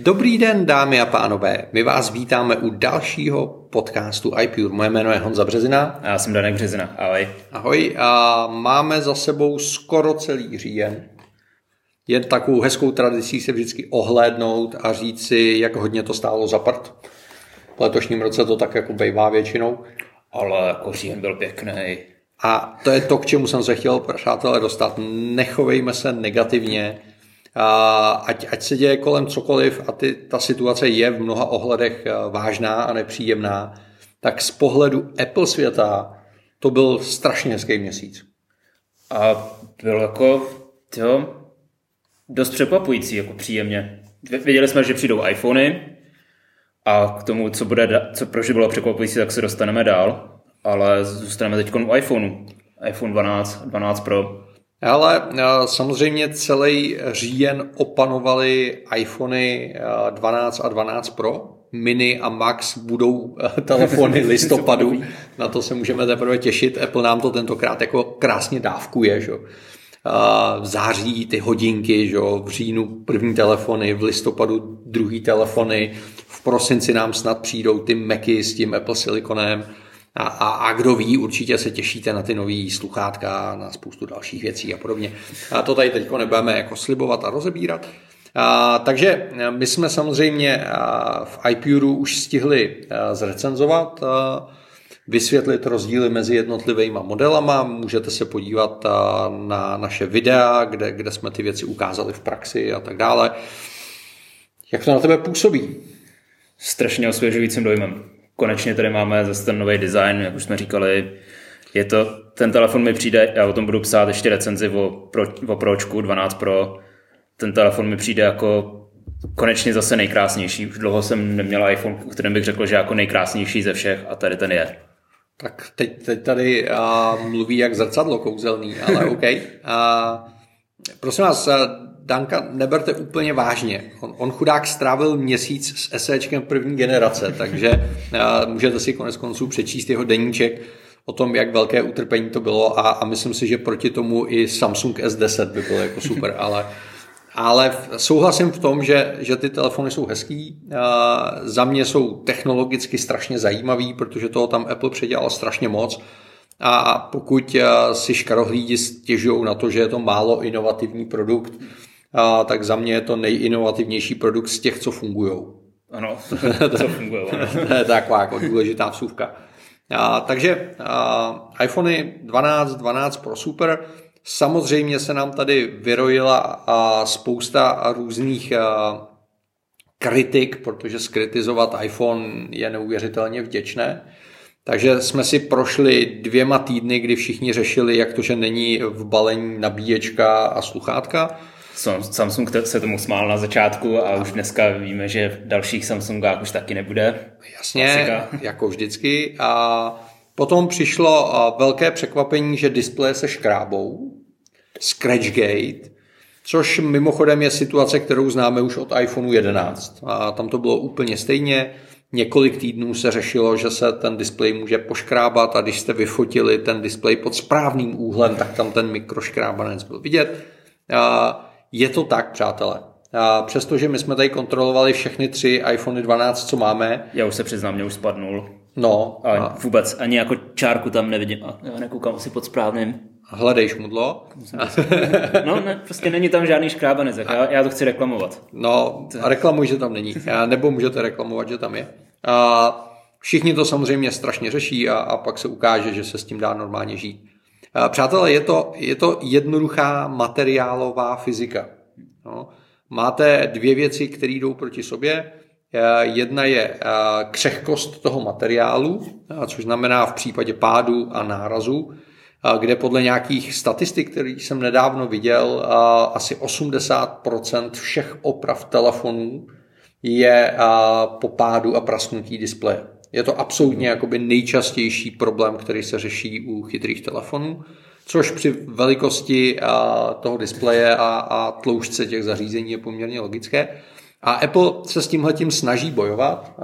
Dobrý den, dámy a pánové. My vás vítáme u dalšího podcastu iPure. Moje jméno je Honza Březina. A já jsem Danek Březina. Ahoj. Ahoj. A máme za sebou skoro celý říjen. Je takovou hezkou tradicí se vždycky ohlédnout a říct si, jak hodně to stálo za prd. V letošním roce to tak jako bejvá většinou. Ale jako říjen byl pěkný. A to je to, k čemu jsem se chtěl, přátelé, dostat. Nechovejme se negativně. Ať se děje kolem cokoliv a ta situace je v mnoha ohledech vážná a nepříjemná, tak z pohledu Apple světa to byl strašně hezký měsíc. A byl jako dost překvapující, jako příjemně. Věděli jsme, že přijdou iPhony a k tomu, proč bylo překvapující, tak se dostaneme dál, ale zůstaneme teď u iPhoneu. iPhone 12, 12 Pro. Ale samozřejmě celý říjen opanovaly iPhony 12 a 12 Pro. Mini a Max budou telefony listopadu. Na to se můžeme teprve těšit. Apple nám to tentokrát jako krásně dávkuje. Že? V září ty hodinky, že? V říjnu první telefony, v listopadu druhý telefony. V prosinci nám snad přijdou ty Macy s tím Apple silikonem. A kdo ví, určitě se těšíte na ty nový sluchátka, na spoustu dalších věcí a podobně. A to tady teď nebudeme jako slibovat a rozebírat. Takže my jsme samozřejmě v iPureu už stihli zrecenzovat, vysvětlit rozdíly mezi jednotlivými modelama. Můžete se podívat na naše videa, kde jsme ty věci ukázali v praxi a tak dále. Jak to na tebe působí? Strašně osvěžujícím dojmem. Konečně tady máme zase ten nový design, jak už jsme říkali. Ten telefon mi přijde, já o tom budu psát ještě recenzi o Pročku 12 Pro. Ten telefon mi přijde jako konečně zase nejkrásnější. Už dlouho jsem neměl iPhone, o kterém bych řekl, že jako nejkrásnější ze všech a tady ten je. Tak teď tady mluví jak zrcadlo kouzelný, ale OK. Prosím vás, Danka, neberte úplně vážně. On chudák strávil měsíc s SEčkem první generace, takže můžete si konec konců přečíst jeho deníček o tom, jak velké utrpení to bylo a myslím si, že proti tomu i Samsung S10 by byl jako super, ale souhlasím v tom, že ty telefony jsou hezký. Za mě jsou technologicky strašně zajímavý, protože toho tam Apple předělal strašně moc. A pokud si škarohlídi stěžují na to, že je to málo inovativní produkt, tak za mě je to nejinovativnější produkt z těch, co fungujou. Ano, co fungujou. To je taková jako důležitá vsuvka. Takže iPhony 12, 12 Pro super. Samozřejmě se nám tady vyrojila spousta různých kritik, protože skritizovat iPhone je neuvěřitelně vděčné. Takže jsme si prošli 2 týdny, kdy všichni řešili, jak to, že není v balení nabíječka a sluchátka. Samsung se tomu smál na začátku a už dneska víme, že v dalších Samsungách už taky nebude. Jasně, klasika. Jako vždycky. A potom přišlo velké překvapení, že displeje se škrábou. Scratchgate, což mimochodem je situace, kterou známe už od iPhoneu 11. A tam to bylo úplně stejně. Několik týdnů se řešilo, že se ten displej může poškrábat a když jste vyfotili ten displej pod správným úhlem, tak tam ten mikroškrábanec byl vidět. Je to tak, přátelé. Přestože my jsme tady kontrolovali všechny 3 iPhony 12, co máme. Já už se přiznám, mě už spadnul. No. A vůbec ani jako čárku tam nevidím. Já nekoukám si pod správným. Hledej šmudlo. No, ne, prostě není tam žádný škrábanec. Já to chci reklamovat. No, reklamuj, že tam není. Nebo můžete reklamovat, že tam je. Všichni to samozřejmě strašně řeší a pak se ukáže, že se s tím dá normálně žít. Přátelé, je to jednoduchá materiálová fyzika. No. Máte 2 věci, které jdou proti sobě. Jedna je křehkost toho materiálu, což znamená v případě pádu a nárazu, kde podle nějakých statistik, které jsem nedávno viděl, asi 80% všech oprav telefonů je po pádu a prasknutí displeje. Je to absolutně jakoby nejčastější problém, který se řeší u chytrých telefonů, což při velikosti toho displeje a tloušťce těch zařízení je poměrně logické. A Apple se s tímhletím snaží bojovat.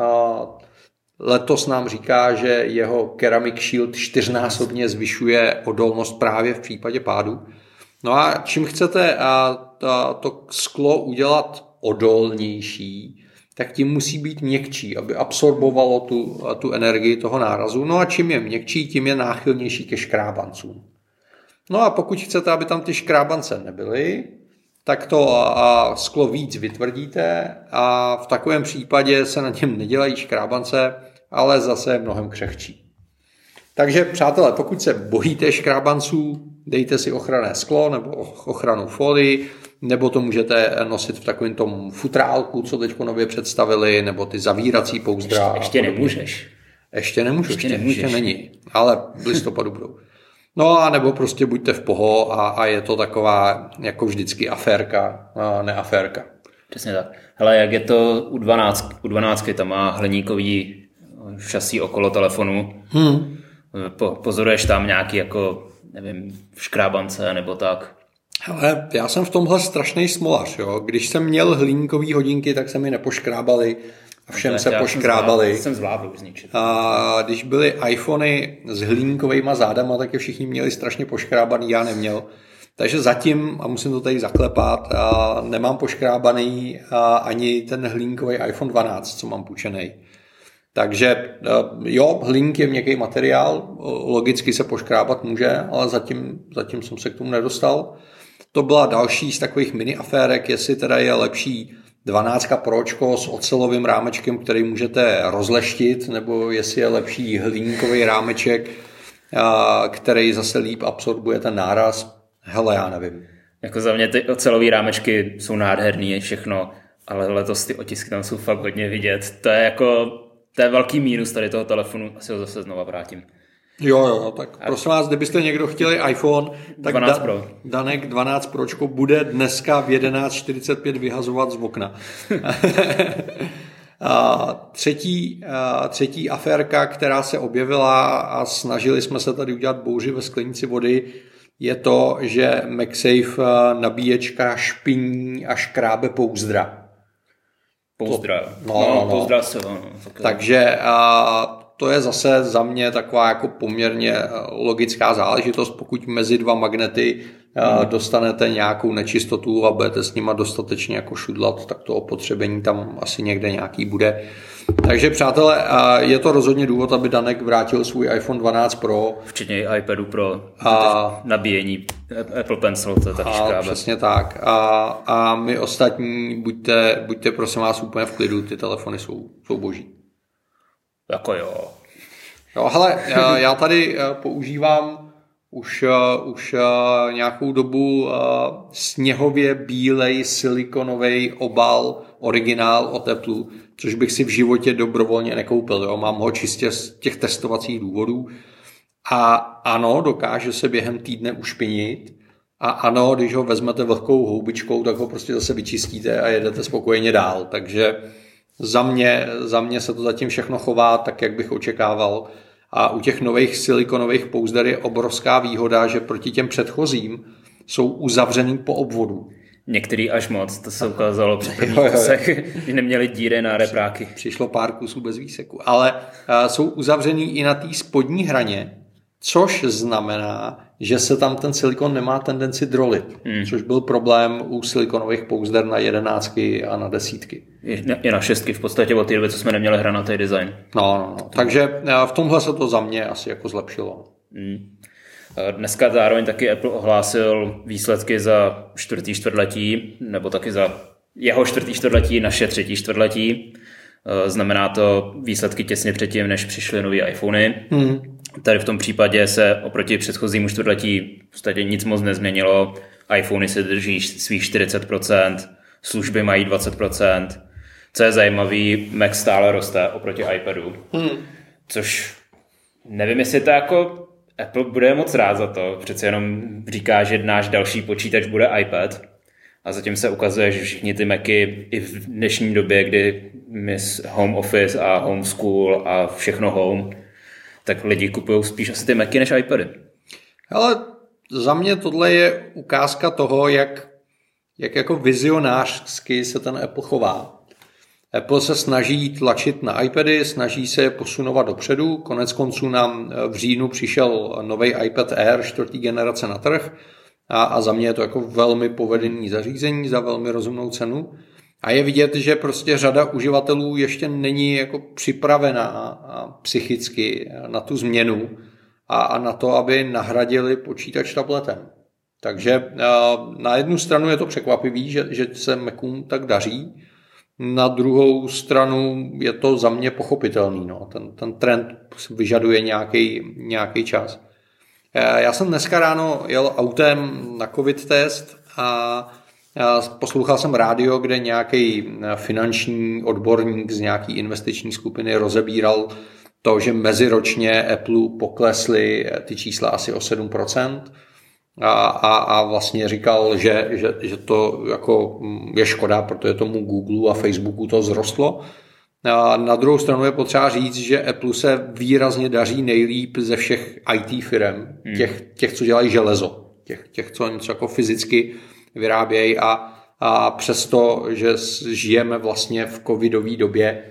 Letos nám říká, že jeho Ceramic Shield 4násobně zvyšuje odolnost právě v případě pádu. No a čím chcete to sklo udělat odolnější, tak tím musí být měkčí, aby absorbovalo tu energii toho nárazu. No a čím je měkčí, tím je náchylnější ke škrábancům. No a pokud chcete, aby tam ty škrábance nebyly, tak to sklo víc vytvrdíte a v takovém případě se na něm nedělají škrábance, ale zase mnohem křehčí. Takže přátelé, pokud se bojíte škrábanců, dejte si ochranné sklo nebo ochrannou folii, nebo to můžete nosit v takovém tom futrálku, co teď nově představili, nebo ty zavírací pouzdra. Ještě nemůžeš. Ještě není, ale v listopadu budou. No a nebo prostě buďte v poho a je to taková jako vždycky aférka, neaférka. Přesně tak. Hele, jak je to u 12, tam má hliníkový šasí okolo telefonu. Pozoruješ tam nějaký jako, nevím, škrábance nebo tak? Hele, já jsem v tomhle strašný smolař, jo. Když jsem měl hliníkový hodinky, tak se mi nepoškrábaly. Všem se poškrábali. Jsem zvládl zničit. A když byly iPhony s hliníkovejma zádama, tak je všichni měli strašně poškrábaný, já neměl. Takže zatím, a musím to tady zaklepat, nemám poškrábaný ani ten hliníkový iPhone 12, co mám půjčený. Takže jo, hliník je měkký materiál, logicky se poškrábat může, ale zatím jsem se k tomu nedostal. To byla další z takových mini aférek, jestli teda je lepší 12 Pročko s ocelovým rámečkem, který můžete rozleštit, nebo jestli je lepší hliníkový rámeček, který zase líp absorbuje ten náraz. Hele, já nevím. Jako za mě ty ocelové rámečky jsou nádherný všechno, ale letos ty otisky tam jsou fakt hodně vidět. To je velký mínus tady toho telefonu, asi ho zase znova vrátím. Jo, tak prosím vás, kdybyste někdo chtěli iPhone, tak 12 Pro. Danek 12 Pročko bude dneska v 11:45 vyhazovat z okna. Třetí aférka, která se objevila a snažili jsme se tady udělat bouři ve sklenici vody, je to, že MagSafe nabíječka špiní a škrábe pouzdra. Pouzdra se. Takže to je zase za mě taková jako poměrně logická záležitost. Pokud mezi dva magnety dostanete nějakou nečistotu a budete s nima dostatečně jako šudlat, tak to opotřebení tam asi někde nějaký bude. Takže přátelé, je to rozhodně důvod, aby Danek vrátil svůj iPhone 12 Pro. Včetně iPadu Pro nabíjení Apple Pencil, to je taky škrábe. Přesně tak. A my ostatní buďte prosím vás úplně v klidu, ty telefony jsou boží. Jako jo. Jo, hele, já tady používám už nějakou dobu sněhově bílej silikonový obal originál od Apple, což bych si v životě dobrovolně nekoupil. Jo. Mám ho čistě z těch testovacích důvodů. A ano, dokáže se během týdne ušpinit. A ano, když ho vezmete vlhkou houbičkou, tak ho prostě zase vyčistíte a jedete spokojeně dál. Takže za mě se to zatím všechno chová tak, jak bych očekával. A u těch nových silikonových pouzder je obrovská výhoda, že proti těm předchozím jsou uzavřený po obvodu. Některý až moc, to se ukázalo při prvních kusech, že neměli díry na repráky. Přišlo pár kusů bez výseku, ale jsou uzavřený i na té spodní hraně, což znamená, že se tam ten silikon nemá tendenci drolit, což byl problém u silikonových pouzder na 11 a na 10. I na 6 v podstatě od té doby, co jsme neměli hranatý design. No. Takže v tomhle se to za mě asi jako zlepšilo. Dneska zároveň taky Apple ohlásil výsledky za čtvrtý čtvrtletí, nebo taky za jeho čtvrtý čtvrtletí, naše třetí čtvrtletí. Znamená to výsledky těsně předtím, než přišly nový iPhony. Tady v tom případě se oproti předchozímu čtvrtletí v podstatě nic moc nezměnilo. iPhony se drží svých 40%, služby mají 20%. Co je zajímavý, Mac stále roste oproti iPadu. Což nevím, jestli to jako Apple bude moc rád za to. Přece jenom říká, že náš další počítač bude iPad. A zatím se ukazuje, že všichni ty Macy i v dnešní době, kdy home office a homeschool a všechno home, tak lidi kupují spíš asi ty Macy než iPady. Ale za mě tohle je ukázka toho, jak jako vizionářsky se ten Apple chová. Apple se snaží tlačit na iPady, snaží se je posunovat dopředu. Konec konců nám v říjnu přišel nový iPad Air 4. generace na trh a za mě je to jako velmi povedený zařízení za velmi rozumnou cenu. A je vidět, že prostě řada uživatelů ještě není jako připravená psychicky na tu změnu a na to, aby nahradili počítač tabletem. Takže na jednu stranu je to překvapivý, že se Macům tak daří, na druhou stranu je to za mě pochopitelný. No. Ten trend vyžaduje nějaký čas. Já jsem dneska ráno jel autem na covid test a poslouchal jsem rádio, kde nějaký finanční odborník z nějaký investiční skupiny rozebíral to, že meziročně Apple poklesly ty čísla asi o 7%. A vlastně říkal, že to jako je škoda, protože tomu Google a Facebooku to vzrostlo. A na druhou stranu je potřeba říct, že Apple se výrazně daří nejlíp ze všech IT firm, těch co dělají železo, těch co něco jako fyzicky vyrábějí a přesto, že žijeme vlastně v covidové době,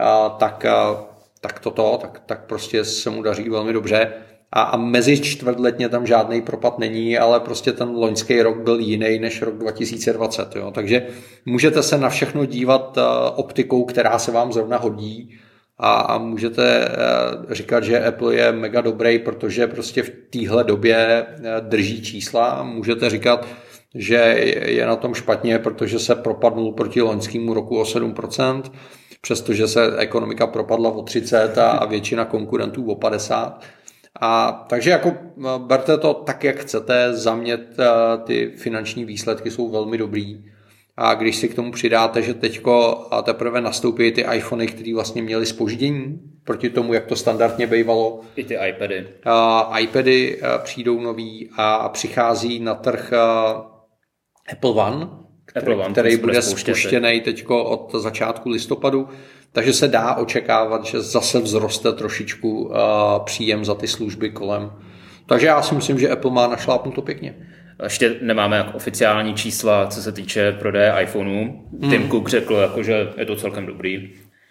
tak prostě se mu daří velmi dobře. A mezi čtvrtletně tam žádný propad není, ale prostě ten loňský rok byl jiný než rok 2020. Jo. Takže můžete se na všechno dívat optikou, která se vám zrovna hodí a můžete říkat, že Apple je mega dobrý, protože prostě v téhle době drží čísla. Můžete říkat, že je na tom špatně, protože se propadnul proti loňskému roku o 7%, přestože se ekonomika propadla o 30% a většina konkurentů o 50%. Takže jako berte to tak, jak chcete. Za mě ty finanční výsledky jsou velmi dobrý. A když si k tomu přidáte, že teďko teprve nastoupí ty iPhony, které vlastně měly zpoždění proti tomu, jak to standardně bývalo. I ty iPady. iPady přijdou nový a přichází na trh Apple One, který bude spuštěný teďko od začátku listopadu. Takže se dá očekávat, že zase vzroste trošičku příjem za ty služby kolem. Takže já si myslím, že Apple má našlápnuto pěkně. Ještě nemáme jako oficiální čísla, co se týče prodeje iPhoneů. Tim Cook řekl, jako, že je to celkem dobrý.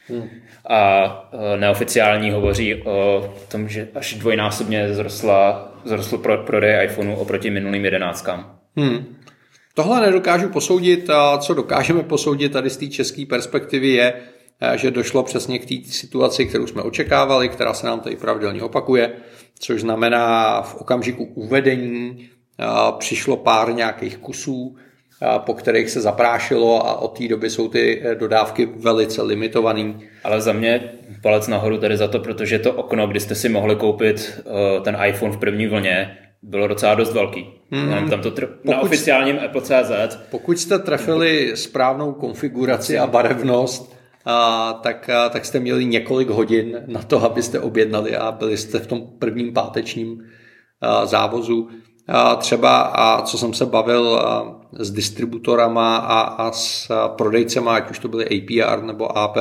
A neoficiální hovoří o tom, že až dvojnásobně vzrostl prodej iPhoneů oproti minulým 11. Tohle nedokážu posoudit. A co dokážeme posoudit tady z té české perspektivy je, že došlo přesně k té situaci, kterou jsme očekávali, která se nám tady pravidelně opakuje, což znamená v okamžiku uvedení přišlo pár nějakých kusů, po kterých se zaprášilo a od té doby jsou ty dodávky velice limitovaný. Ale za mě palec nahoru tady za to, protože to okno, kdy jste si mohli koupit ten iPhone v první vlně, bylo docela dost velký. Tam to na oficiálním Apple.cz. Pokud jste trefili správnou konfiguraci a barevnost, tak jste měli několik hodin na to, abyste objednali a byli jste v tom prvním pátečním závozu. Třeba, co jsem se bavil s distributorama a s prodejcema, ať už to byly APR nebo AP,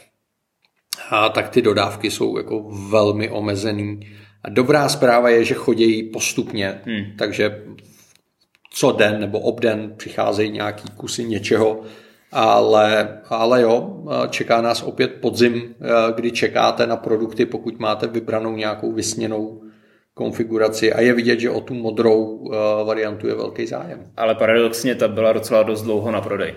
tak ty dodávky jsou jako velmi omezený. A dobrá zpráva je, že chodí postupně, takže co den nebo obden přicházejí nějaký kusy něčeho, ale jo, čeká nás opět podzim, kdy čekáte na produkty, pokud máte vybranou nějakou vysněnou konfiguraci a je vidět, že o tu modrou variantu je velký zájem. Ale paradoxně ta byla docela dost dlouho na prodej.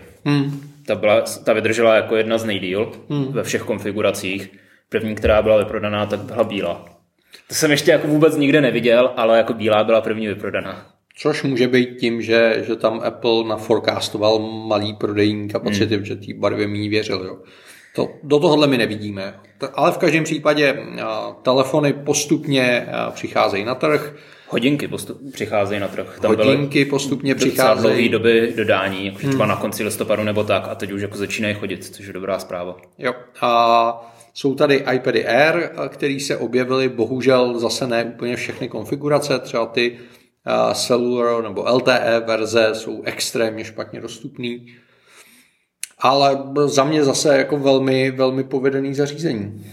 Ta vydržela jako jedna z nejdýl ve všech konfiguracích. První, která byla vyprodaná, tak byla bílá. To jsem ještě jako vůbec nikde neviděl, ale jako bílá byla první vyprodaná. Což může být tím, že tam Apple naforecastoval malý prodejní kapacity, protože té barvě méně věřil. Jo. Do tohohle my nevidíme. Ale v každém případě telefony postupně přicházejí na trh. Hodinky přicházejí na trh. Tam hodinky postupně přicházejí. Dlouhé doby dodání, jako třeba na konci listopadu nebo tak, a teď už jako začínají chodit, což je dobrá zpráva. Jo. A jsou tady iPady Air, které se objevily, bohužel zase ne úplně všechny konfigurace, třeba ty cellular nebo LTE verze jsou extrémně špatně dostupný. Ale za mě zase jako velmi, velmi povedený zařízení.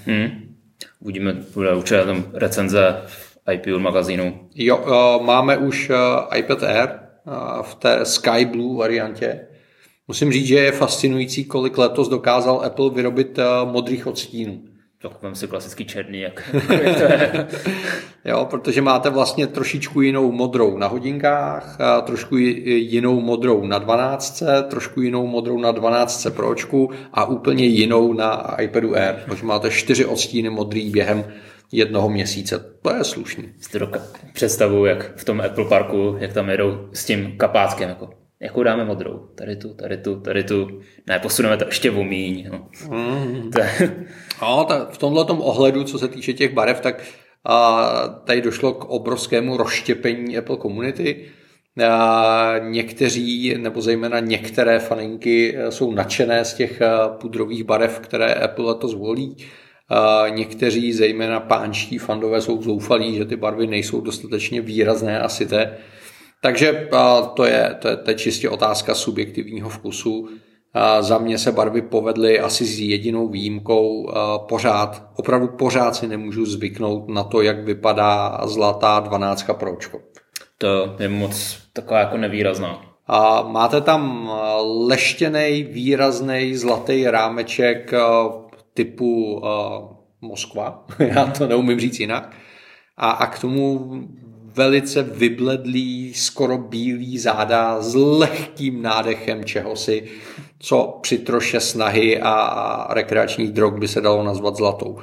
Bude určitě tam recenze v iPure magazínu. Jo, máme už iPad Air v té Sky Blue variantě. Musím říct, že je fascinující, kolik letos dokázal Apple vyrobit modrých odstínů. Takovém si klasický černý, jak to je. Jo, protože máte vlastně trošičku jinou modrou na hodinkách, trošku jinou modrou na 12, trošku jinou modrou na 12 Pročku a úplně jinou na iPadu Air. Takže máte 4 odstíny modrý během 1 měsíce. To je slušný. Si to představuji, jak v tom Apple Parku, jak tam jedou s tím kapátkem, jako jakou dáme modrou? Tady tu. Ne, posuneme to ještě o míň. No. No, v tomhletom ohledu, co se týče těch barev, tak tady došlo k obrovskému rozštěpení Apple community. Někteří, nebo zejména některé faninky jsou nadšené z těch pudrových barev, které Apple letos volí. Někteří, zejména pánští fandové, jsou zoufalí, že ty barvy nejsou dostatečně výrazné a syté. Takže to je čistě otázka subjektivního vkusu. Za mě se barvy povedly asi s jedinou výjimkou. Opravdu pořád si nemůžu zvyknout na to, jak vypadá zlatá 12 Pročko. To je moc taková jako nevýrazná. Máte tam leštěnej, výraznej zlatý rámeček typu Moskva, já to neumím říct jinak, a k tomu velice vybledlý, skoro bílý záda s lehkým nádechem čehosi, co při troše snahy a rekreačních drog by se dalo nazvat zlatou.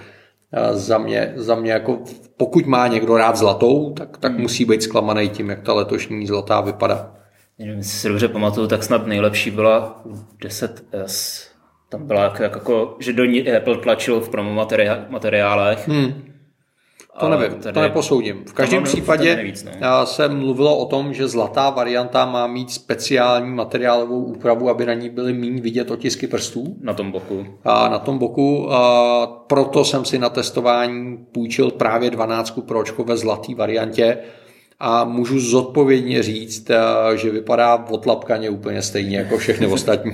Za mě jako, pokud má někdo rád zlatou, tak musí být zklamaný tím, jak ta letošní zlatá vypadá. Jestli si dobře pamatuju, tak snad nejlepší byla 10S. Tam byla jako že do ní Apple tlačil v promo materiálech. To nevím, to neposoudím. V každém případě se mluvilo o tom, že zlatá varianta má mít speciální materiálovou úpravu, aby na ní byly míň vidět otisky prstů. Na tom boku. Na tom boku. Proto jsem si na testování půjčil právě 12 Pročko ve zlaté variantě a můžu zodpovědně říct, že vypadá odlapkaně úplně stejně jako všechny ostatní.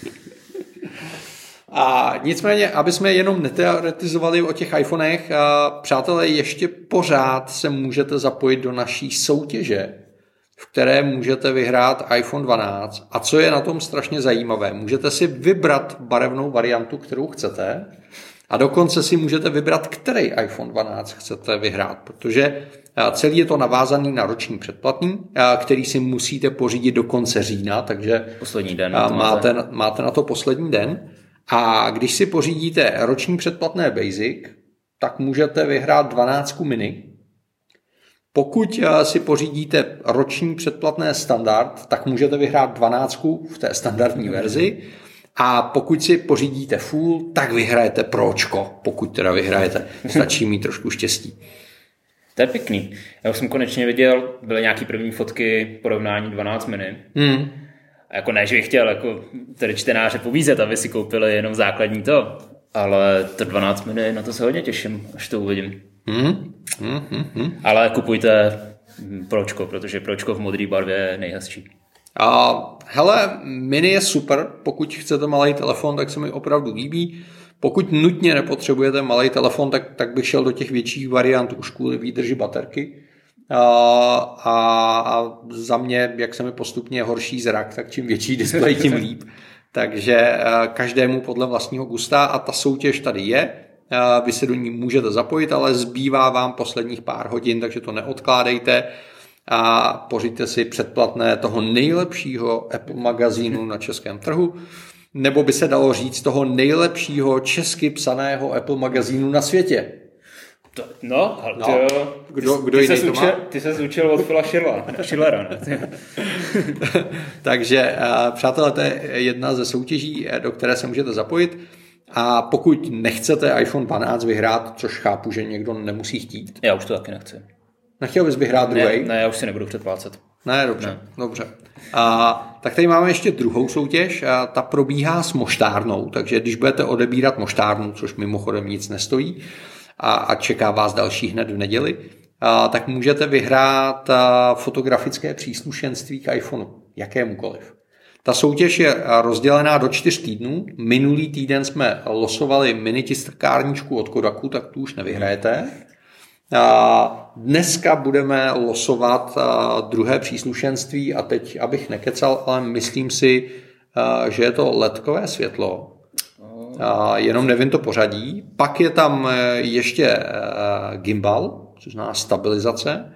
A nicméně, aby jsme jenom neteoretizovali o těch iPhonech, přátelé, ještě pořád se můžete zapojit do naší soutěže, v které můžete vyhrát iPhone 12. A co je na tom strašně zajímavé, můžete si vybrat barevnou variantu, kterou chcete, a dokonce si můžete vybrat, který iPhone 12 chcete vyhrát, protože celý je to navázaný na roční předplatný, který si musíte pořídit do konce října, takže poslední den máte na to poslední den. A když si pořídíte roční předplatné Basic, tak můžete vyhrát 12 mini. Pokud si pořídíte roční předplatné Standard, tak můžete vyhrát 12 v té standardní verzi. A pokud si pořídíte Full, tak vyhrajete Pročko, pokud teda vyhrajete. Stačí mít trošku štěstí. To je pěkný. Já už jsem konečně viděl, byly nějaký první fotky porovnání 12 mini. A jako ne, že bych chtěl jako tady čtenáře pobízet, aby si koupili jenom základní to, ale to 12 mini, na to se hodně těším, až to uvidím. Ale kupujte Pročko, protože Pročko v modré barvě je nejhezčí. Hele, mini je super, pokud chcete malý telefon, tak se mi opravdu líbí. Pokud nutně nepotřebujete malý telefon, tak bych šel do těch větších variant už kvůli výdrži baterky. A za mě, jak se mi postupně horší zrak, tak čím větší displej, tím líp. Takže každému podle vlastního gusta a ta soutěž tady je. Vy se do ní můžete zapojit, ale zbývá vám posledních pár hodin, takže to neodkládejte a pořiďte si předplatné toho nejlepšího Apple magazínu na českém trhu, nebo by se dalo říct toho nejlepšího česky psaného Apple magazínu na světě. Kdo jiný to má? Ty se zúčil od Phila Schillera. Takže, přátelé, to je jedna ze soutěží, do které se můžete zapojit. A pokud nechcete iPhone 12 vyhrát, což chápu, že někdo nemusí chtít. Já už to taky nechci. Nechtěl bys vyhrát druhej? Ne, já už si nebudu předplácet. Ne, dobře. Tak tady máme ještě druhou soutěž, ta probíhá s moštárnou, takže když budete odebírat moštárnu, což mimochodem nic nestojí, a čeká vás další hned v neděli, tak můžete vyhrát fotografické příslušenství k iPhoneu, jakémukoliv. Ta soutěž je rozdělená do 4 týdnů. Minulý týden jsme losovali mini tiskárničku od Kodaku, tak tu už nevyhrajete. Dneska budeme losovat druhé příslušenství a teď, abych nekecal, ale myslím si, že je to ledkové světlo. jenom nevím to pořadí. Pak je tam ještě gimbal, což znamená stabilizace.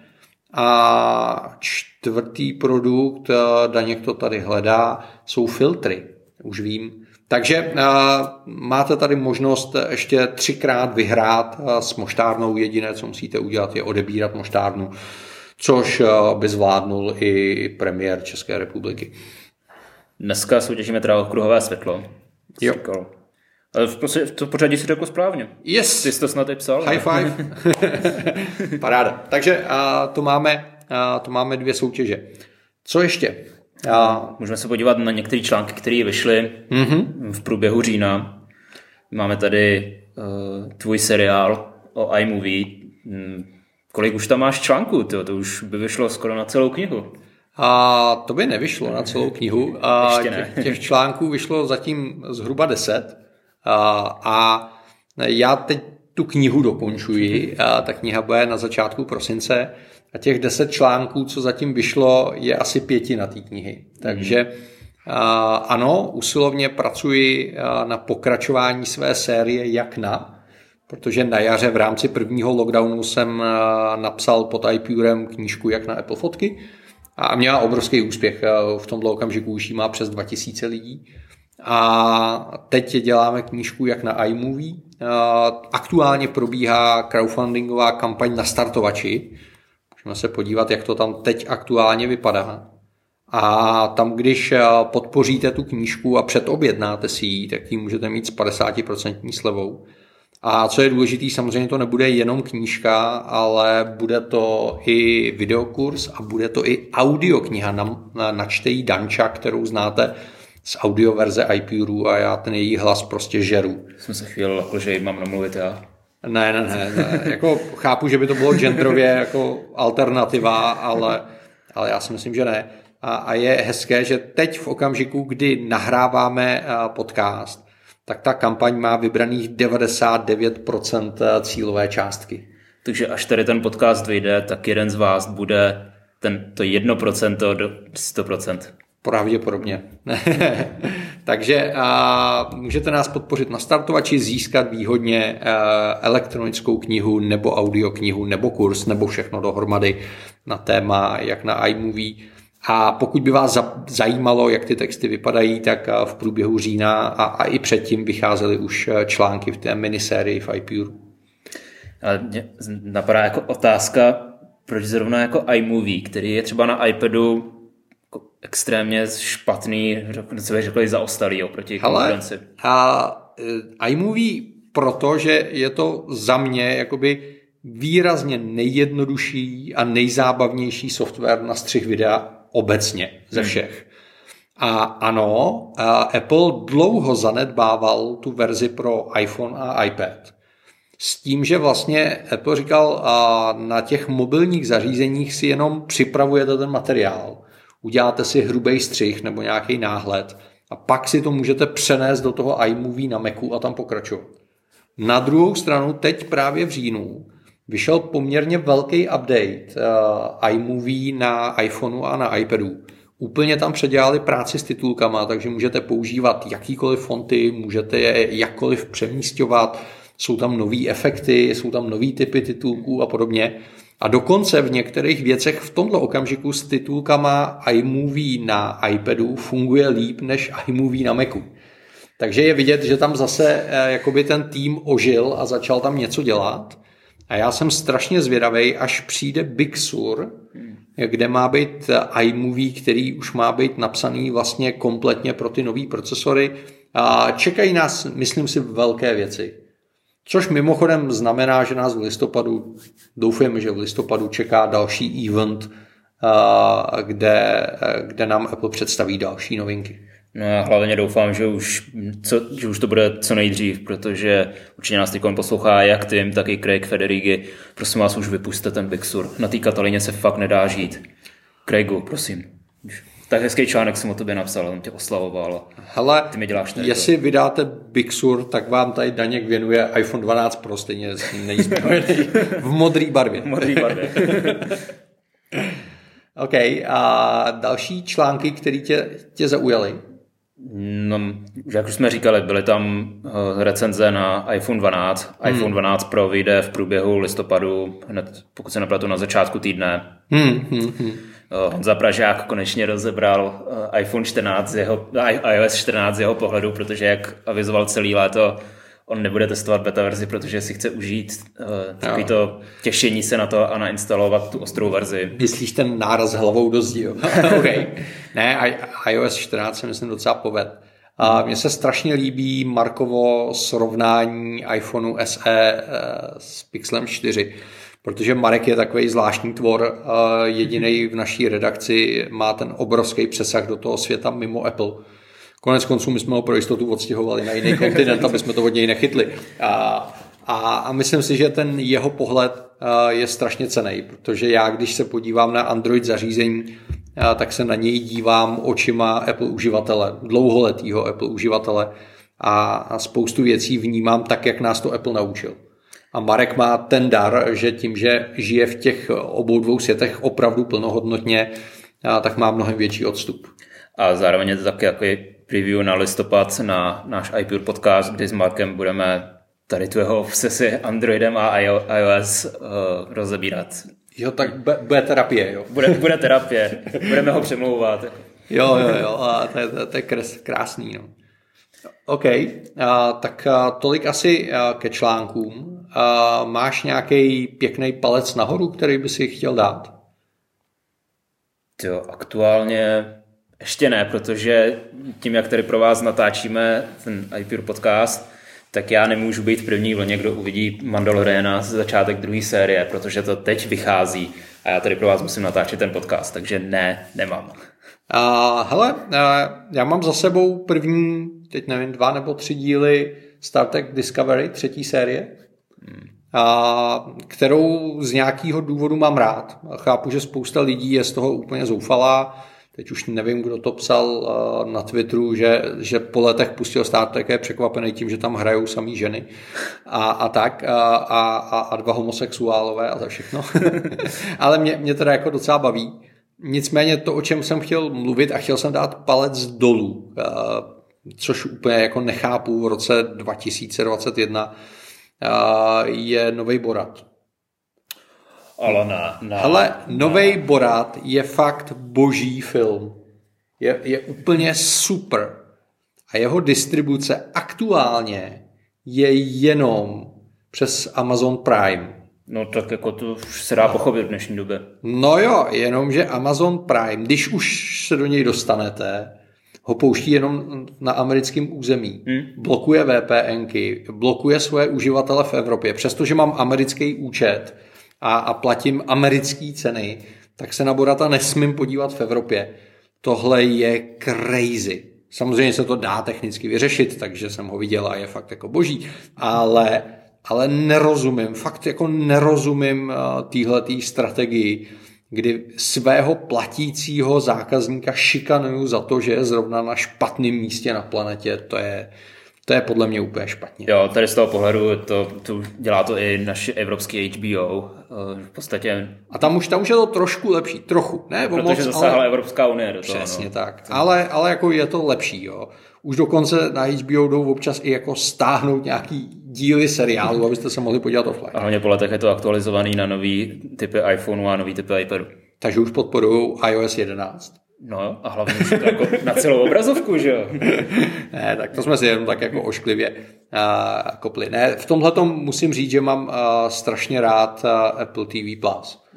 A čtvrtý produkt, Daněk to tady hledá, jsou filtry, už vím. Takže máte tady možnost ještě 3krát vyhrát s moštárnou. Jediné, co musíte udělat, je odebírat moštárnu, což by zvládnul i premiér České republiky. Dneska soutěžíme teda o kruhové světlo. Jo. Ale v to pořadí si řekl správně. Yes. Ty jsi to snad i psal. High five. Paráda. Takže to máme 2 soutěže. Co ještě? Můžeme se podívat na některé články, které vyšly v průběhu října. Máme tady tvůj seriál o iMovie. Kolik už tam máš článků? To už by vyšlo skoro na celou knihu. To by nevyšlo na celou knihu. Ještě ne. Těch článků vyšlo zatím zhruba 10. A já teď tu knihu dokončuji. Ta kniha bude na začátku prosince. A těch 10 článků, co zatím vyšlo, je asi 5 té knihy. Takže ano, usilovně pracuji na pokračování své série Jak na, protože na jaře v rámci prvního lockdownu jsem napsal pod iPurem knížku Jak na Apple fotky a měla obrovský úspěch. V tomto okamžiku už jí má přes 2000 lidí. A teď děláme knížku Jak na iMovie. Aktuálně probíhá crowdfundingová kampaň na startovači. Můžeme se podívat, jak to tam teď aktuálně vypadá. A tam, když podpoříte tu knížku a předobjednáte si ji, tak ji můžete mít s 50% slevou. A co je důležité, samozřejmě to nebude jenom knížka, ale bude to i videokurs a bude to i audiokniha. Načte jí Danča, kterou znáte z audioverze iPuru a já ten její hlas prostě žeru. Jsem se chvíli lekl, že mám namluvit já. Ne. Jako chápu, že by to bylo genderově jako alternativa, ale já si myslím, že ne. A je hezké, že teď v okamžiku, kdy nahráváme podcast, tak ta kampaň má vybraných 99% cílové částky. Takže až tady ten podcast vyjde, tak jeden z vás bude to 1% do 100%. Pravděpodobně. Takže můžete nás podpořit na startovači, získat výhodně elektronickou knihu nebo audioknihu nebo kurz nebo všechno dohromady na téma Jak na iMovie. A pokud by vás zajímalo, jak ty texty vypadají, tak v průběhu října a i předtím vycházely už články v té minisérii v iPuru. Mě napadá jako otázka, proč zrovna jako iMovie, který je třeba na iPadu extrémně špatný, co bych řekl, zaostalý oproti konkurenci. iMovie, protože je to za mě jakoby výrazně nejjednodušší a nejzábavnější software na střih videa obecně ze všech. A ano, Apple dlouho zanedbával tu verzi pro iPhone a iPad. S tím, že vlastně Apple říkal, na těch mobilních zařízeních si jenom připravujete ten materiál. Uděláte si hrubý střih nebo nějaký náhled a pak si to můžete přenést do toho iMovie na Macu a tam pokračovat. Na druhou stranu teď právě v říjnu vyšel poměrně velký update iMovie na iPhoneu a na iPadu. Úplně tam předělali práci s titulkama, takže můžete používat jakýkoliv fonty, můžete je jakkoliv přemísťovat, jsou tam nový efekty, jsou tam nový typy titulků a podobně. A dokonce v některých věcech v tomto okamžiku s titulkama iMovie na iPadu funguje líp než iMovie na Macu. Takže je vidět, že tam zase jakoby ten tým ožil a začal tam něco dělat. A já jsem strašně zvědavej, až přijde Big Sur, kde má být iMovie, který už má být napsaný vlastně kompletně pro ty nový procesory. A čekají nás, myslím si, velké věci. Což mimochodem znamená, že nás v listopadu, doufujeme, že v listopadu čeká další event, kde nám Apple představí další novinky. No já hlavně doufám, že už to bude co nejdřív, protože určitě nás teď poslouchá jak Tim, tak i Craig Federighi. Prosím vás, už vypuste ten Big Sur. Na té Katalině se fakt nedá žít. Craigu, prosím. Tak hezký článek jsem o tobě napsal, on tě oslavoval. Hele, ty mi děláš jestli vydáte Big Sur, tak vám tady Daněk věnuje iPhone 12 Pro, stejně nejspojený. V modrý barvě. OK, a další články, které tě zaujaly? No, jak už jsme říkali, byly tam recenze na iPhone 12. iPhone 12 Pro vyjde v průběhu listopadu, hned, pokud se nepletu, na začátku týdne. Honza Pražák konečně rozebral iPhone 14, iOS 14 z jeho pohledu, protože jak avizoval celý léto, on nebude testovat beta verzi, protože si chce užít takový to těšení se na to a nainstalovat tu ostrou verzi. Myslíš ten náraz hlavou do zdi, jo? Okay. Ne, iOS 14 se myslím docela poved. A mně se strašně líbí Markovo srovnání iPhoneu SE s Pixelem 4, protože Marek je takový zvláštní tvor, jedinej v naší redakci má ten obrovský přesah do toho světa mimo Apple. Konec konců my jsme ho pro jistotu odstěhovali na jiný kontinent, aby jsme to od něj nechytli. A myslím si, že ten jeho pohled je strašně cenný, protože já, když se podívám na Android zařízení, tak se na něj dívám očima Apple uživatele, dlouholetýho Apple uživatele a spoustu věcí vnímám tak, jak nás to Apple naučil. A Marek má ten dar, že tím, že žije v těch obou dvou světech opravdu plnohodnotně, tak má mnohem větší odstup. A zároveň je to taky jako preview na listopad na náš iPure podcast, kdy s Markem budeme tady tu jeho obsesi Androidem a iOS rozebírat. Jo, tak bude terapie, jo. Bude terapie, budeme ho přemlouvat. Jo, a to je krásný, no. OK, tak tolik asi ke článkům. Máš nějaký pěkný palec nahoru, který by si chtěl dát? Jo, aktuálně ještě ne, protože tím, jak tady pro vás natáčíme ten iPure podcast, tak já nemůžu být první vlně, kdo uvidí Mandaloriana z začátek druhé série, protože to teď vychází a já tady pro vás musím natáčet ten podcast, takže ne, nemám. Hele, já mám za sebou první, teď nevím, 2 nebo 3 díly Star Trek Discovery, 3. série, kterou z nějakého důvodu mám rád. Chápu, že spousta lidí je z toho úplně zoufalá. Teď už nevím, kdo to psal na Twitteru, že po letech pustil Star Trek, je překvapený tím, že tam hrajou samý ženy a 2 homosexuálové a za všechno. Ale mě teda jako docela baví. Nicméně to, o čem jsem chtěl mluvit a chtěl jsem dát palec dolů, což úplně jako nechápu v roce 2021, je nový Borat. Ale nový Borat je fakt boží film. Je úplně super. A jeho distribuce aktuálně je jenom přes Amazon Prime. No tak jako to už se dá pochopit v dnešní době. No jo, jenomže Amazon Prime, když už se do něj dostanete, ho pouští jenom na americkém území. Blokuje VPNky, blokuje svoje uživatele v Evropě. Přestože mám americký účet a platím americké ceny, tak se na Borata nesmím podívat v Evropě. Tohle je crazy. Samozřejmě se to dá technicky vyřešit, takže jsem ho viděl a je fakt jako boží. Ale nerozumím, fakt jako nerozumím téhletý strategii, kdy svého platícího zákazníka šikanuju za to, že je zrovna na špatném místě na planetě. To je podle mě úplně špatně. Jo, tady z toho pohledu to dělá to i naše evropský HBO. V podstatě. A tam už je to trošku lepší. Trochu. Ne, protože zasáhla Evropská unie do toho. Přesně tak. Ale jako je to lepší. Jo. Už dokonce na HBO jdou občas i jako stáhnout nějaký díly seriálu, abyste se mohli podívat offline. A hlavně po letech je to aktualizovaný na nový typy iPhoneu a nový typy iPadu. Takže už podporují iOS 11. No a hlavně už to jako na celou obrazovku, že jo? Ne, tak to jsme si jenom tak jako ošklivě kopli. Ne, v tomhletom musím říct, že mám strašně rád Apple TV+,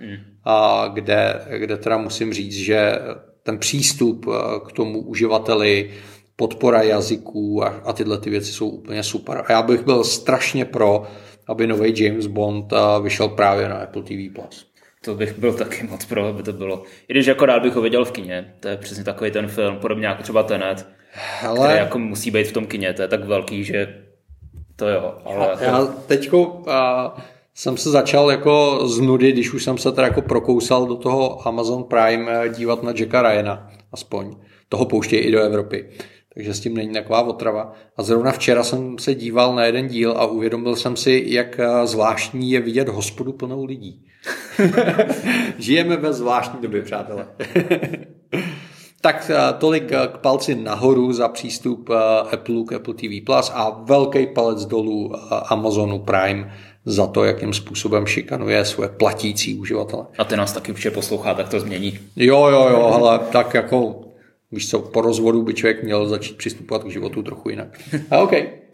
kde teda musím říct, že ten přístup k tomu uživateli, podpora jazyků a tyhle ty věci jsou úplně super. A já bych byl strašně pro, aby nový James Bond vyšel právě na Apple TV+. To bych byl taky moc pro, aby to bylo. I když jako rád bych ho viděl v kině. To je přesně takový ten film, podobně jako třeba Tenet, který jako musí být v tom kině. To je tak velký, že to jo. Ale já teďko jsem se začal jako z nudy, když už jsem se teda jako prokousal do toho Amazon Prime dívat na Jacka Ryana, aspoň. Toho pouštějí i do Evropy. Takže s tím není taková otrava. A zrovna včera jsem se díval na jeden díl a uvědomil jsem si, jak zvláštní je vidět hospodu plnou lidí. Žijeme ve zvláštní době, přátelé. Tak tolik k palci nahoru za přístup Apple k Apple TV Plus a velký palec dolů Amazonu Prime za to, jakým způsobem šikanuje své platící uživatele. A ty nás taky určitě poslouchá, tak to změní. Jo, ale tak jako, víš co, po rozvodu by člověk měl začít přistupovat k životu trochu jinak. OK.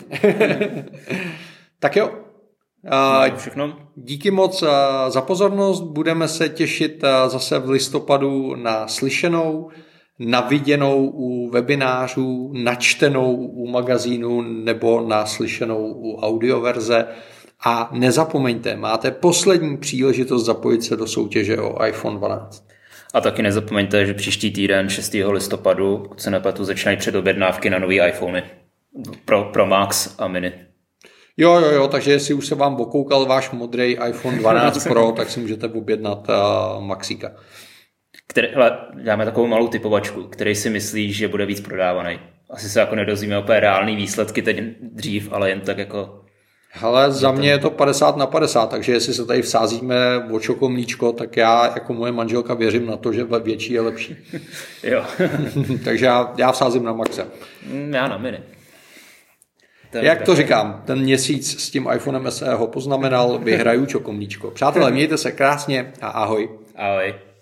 Tak jo. Všechno. Díky moc za pozornost. Budeme se těšit zase v listopadu na slyšenou, na viděnou u webinářů, načtenou u magazínu nebo na slyšenou u audioverze. A nezapomeňte, máte poslední příležitost zapojit se do soutěže o iPhone 12. A taky nezapomeňte, že příští týden 6. listopadu, pokud se nepletu, začínají předobjednávky na nový iPhony pro Max a Mini. Jo, takže jestli už se vám okoukal váš modrý iPhone 12 Pro, tak si můžete objednat Maxíka. Dáme takovou malou typovačku, který si myslíš, že bude víc prodávaný. Asi se jako nedozvíme úplně reální výsledky teď dřív, ale jen tak jako... Hele, za mě je to 50/50, takže jestli se tady vsázíme o čokomlíčko, tak já jako moje manželka věřím na to, že větší je lepší. Jo. Takže já vsázím na Maxe. Já na Mini. Jak to říkám, ten měsíc s tím iPhonem SE ho poznamenal, vyhraju čokomlíčko. Přátelé, mějte se krásně a ahoj. Ahoj.